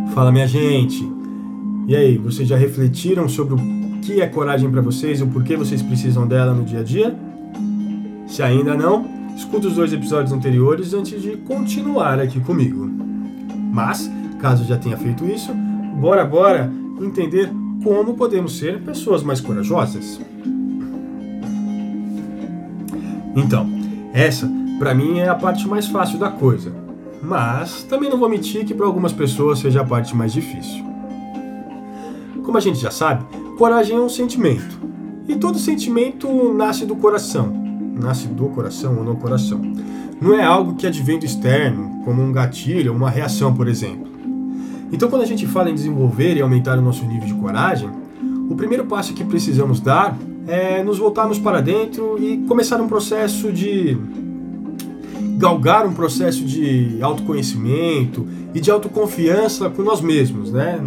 Fala, minha gente! E aí, vocês já refletiram sobre o que é coragem para vocês e o porquê vocês precisam dela no dia a dia? Se ainda não, escuta os 2 episódios anteriores antes de continuar aqui comigo. Mas, caso já tenha feito isso, bora entender como podemos ser pessoas mais corajosas. Então, essa, para mim, é a parte mais fácil da coisa. Mas também não vou mentir que para algumas pessoas seja a parte mais difícil. Como a gente já sabe, coragem é um sentimento. E todo sentimento nasce do coração. Nasce do coração ou no coração. Não é algo que advém do externo, como um gatilho ou uma reação, por exemplo. Então, quando a gente fala em desenvolver e aumentar o nosso nível de coragem, o primeiro passo que precisamos dar é nos voltarmos para dentro e começar um processo de galgar um processo de autoconhecimento e de autoconfiança com nós mesmos, né?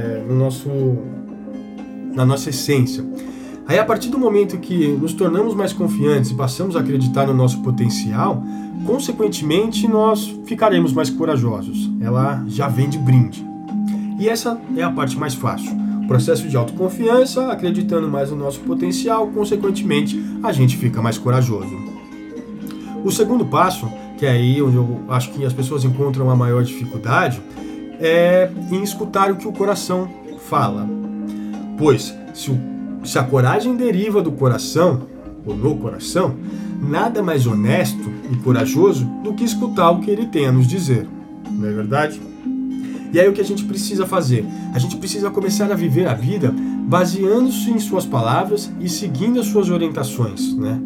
Na nossa essência. Aí, a partir do momento que nos tornamos mais confiantes e passamos a acreditar no nosso potencial, consequentemente, nós ficaremos mais corajosos. Ela já vem de brinde. E essa é a parte mais fácil. O processo de autoconfiança, acreditando mais no nosso potencial, consequentemente, a gente fica mais corajoso. O segundo passo, que é aí onde eu acho que as pessoas encontram a maior dificuldade, é em escutar o que o coração fala. Pois, se a coragem deriva do coração, ou no coração, nada mais honesto e corajoso do que escutar o que ele tem a nos dizer. Não é verdade? E aí o que a gente precisa fazer? A gente precisa começar a viver a vida baseando-se em suas palavras e seguindo as suas orientações, né?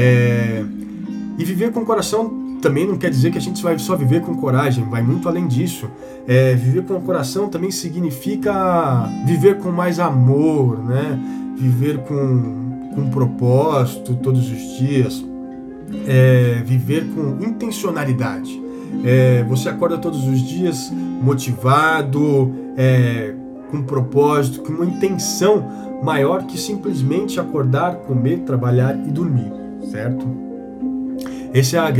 E viver com o coração também não quer dizer que a gente vai só viver com coragem, vai muito além disso. Viver com o coração também significa viver com mais amor, né? Viver com propósito todos os dias, viver com intencionalidade. Você acorda todos os dias motivado, com propósito, com uma intenção maior que simplesmente acordar, comer, trabalhar e dormir, certo? Esse é o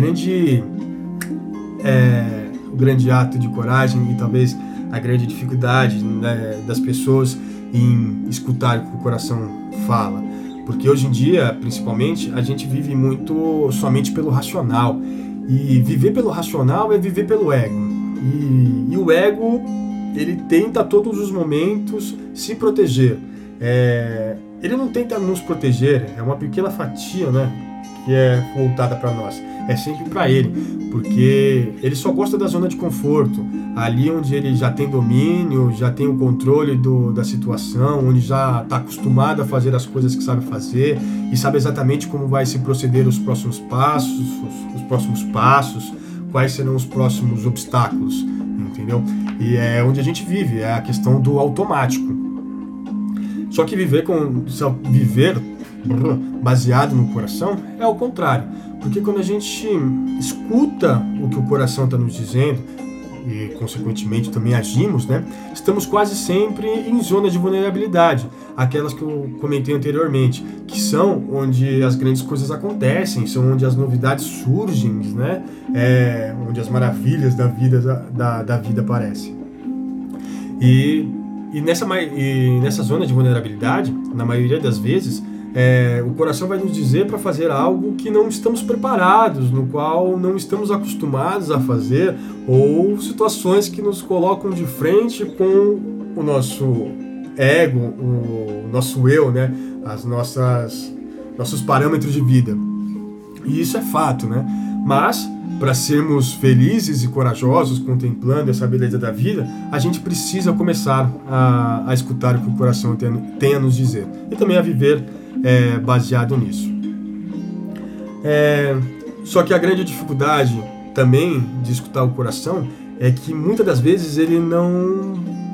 grande ato de coragem e talvez a grande dificuldade, né, das pessoas em escutar o que o coração fala. Porque hoje em dia, principalmente, a gente vive muito somente pelo racional. E viver pelo racional é viver pelo ego. E o ego, ele tenta a todos os momentos se proteger. Ele não tenta nos proteger, é uma pequena fatia, né, que é voltada para nós. É sempre para ele, porque ele só gosta da zona de conforto, ali onde ele já tem domínio, já tem o controle da situação, onde já está acostumado a fazer as coisas que sabe fazer e sabe exatamente como vai se proceder os próximos passos, quais serão os próximos obstáculos, entendeu? E é onde a gente vive, é a questão do automático. Só que viver baseado no coração é o contrário, porque quando a gente escuta o que o coração está nos dizendo e consequentemente também agimos, né, estamos quase sempre em zona de vulnerabilidade, aquelas que eu comentei anteriormente, que são onde as grandes coisas acontecem, são onde as novidades surgem, né, onde as maravilhas da vida aparecem. E nessa zona de vulnerabilidade, na maioria das vezes, o coração vai nos dizer para fazer algo que não estamos preparados, no qual não estamos acostumados a fazer, ou situações que nos colocam de frente com o nosso ego, o nosso eu, né? Nossos parâmetros de vida. E isso é fato, né? Mas, para sermos felizes e corajosos, contemplando essa beleza da vida, a gente precisa começar a escutar o que o coração tem a nos dizer. E também a viver baseado nisso. Só que a grande dificuldade também de escutar o coração é que muitas das vezes ele não...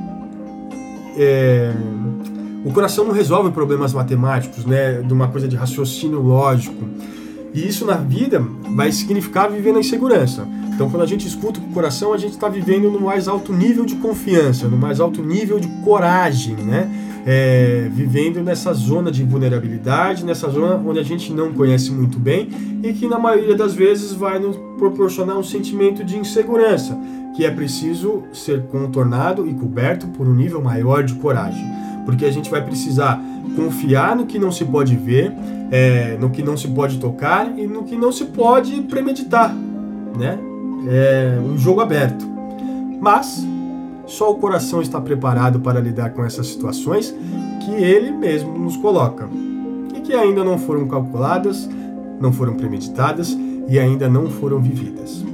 o coração não resolve problemas matemáticos, né, de uma coisa de raciocínio lógico. E isso na vida vai significar viver na insegurança. Então, quando a gente escuta com o coração, a gente está vivendo no mais alto nível de confiança, no mais alto nível de coragem, né? Vivendo nessa zona de vulnerabilidade, nessa zona onde a gente não conhece muito bem e que na maioria das vezes vai nos proporcionar um sentimento de insegurança, que é preciso ser contornado e coberto por um nível maior de coragem, porque a gente vai precisar confiar no que não se pode ver, no que não se pode tocar e no que não se pode premeditar, né? É um jogo aberto, mas só o coração está preparado para lidar com essas situações que ele mesmo nos coloca e que ainda não foram calculadas, não foram premeditadas e ainda não foram vividas.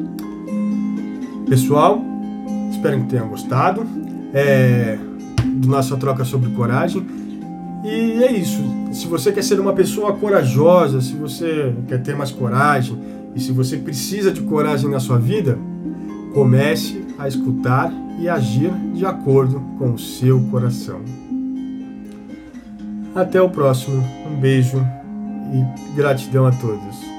Pessoal, espero que tenham gostado da nossa troca sobre coragem. E é isso. Se você quer ser uma pessoa corajosa, se você quer ter mais coragem e se você precisa de coragem na sua vida, comece a escutar e agir de acordo com o seu coração. Até o próximo. Um beijo e gratidão a todos.